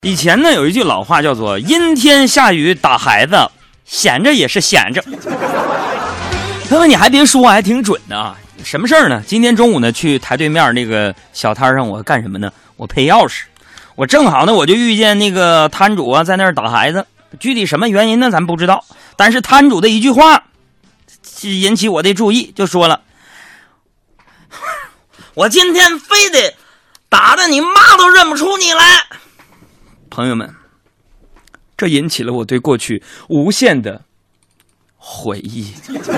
以前呢有一句老话叫做阴天下雨打孩子，闲着也是闲着。朋友你还别说，还挺准的啊。什么事儿呢？今天中午呢去台对面那个小摊上，我干什么呢？我配钥匙。我正好呢我就遇见那个摊主啊在那儿打孩子，具体什么原因呢咱不知道，但是摊主的一句话引起我的注意，就说了，我今天非得打得你妈都认不出你来。朋友们，这引起了我对过去无限的回忆。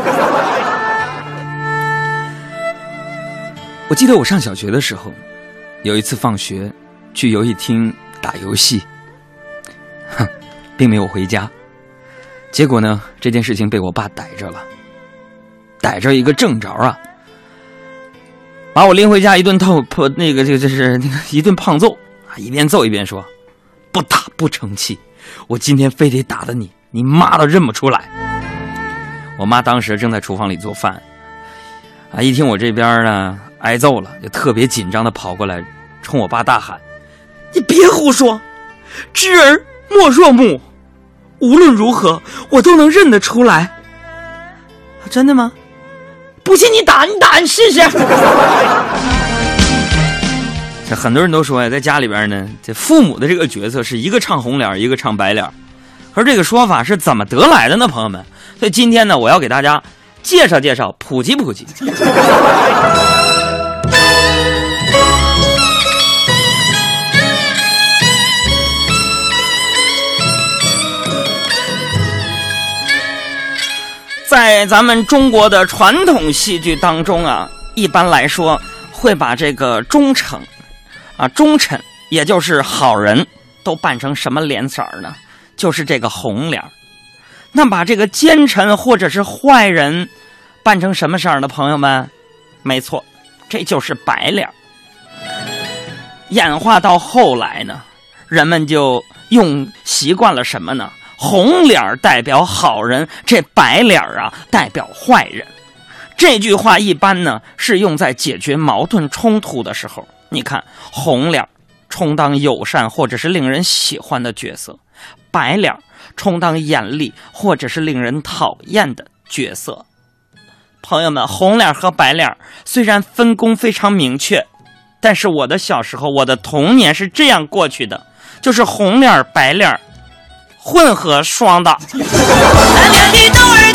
我记得我上小学的时候，有一次放学去游戏厅打游戏，并没有回家。结果呢，这件事情被我爸逮着了，逮着一个正着啊，把我拎回家一顿一顿胖揍啊，一边揍一边说，不打不成器，我今天非得打的你妈都认不出来。我妈当时正在厨房里做饭啊，一听我这边呢挨揍了，就特别紧张的跑过来冲我爸大喊，你别胡说，知儿莫若母，无论如何我都能认得出来。真的吗？不信你打你试试。这很多人都说呀，在家里边呢，这父母的这个角色是一个唱红脸一个唱白脸，而这个说法是怎么得来的呢？朋友们，所以今天呢我要给大家介绍介绍，普及普及。在咱们中国的传统戏剧当中啊，一般来说会把这个忠臣，也就是好人，都扮成什么脸色呢？就是这个红脸。那把这个奸臣或者是坏人扮成什么色呢？朋友们，没错，这就是白脸。演化到后来呢，人们就用习惯了什么呢？红脸代表好人，这白脸啊代表坏人。这句话一般呢是用在解决矛盾冲突的时候。你看，红脸充当友善或者是令人喜欢的角色，白脸充当严厉或者是令人讨厌的角色。朋友们，红脸和白脸虽然分工非常明确，但是我的小时候，我的童年是这样过去的，就是红脸白脸混合双的。蓝脸的豆儿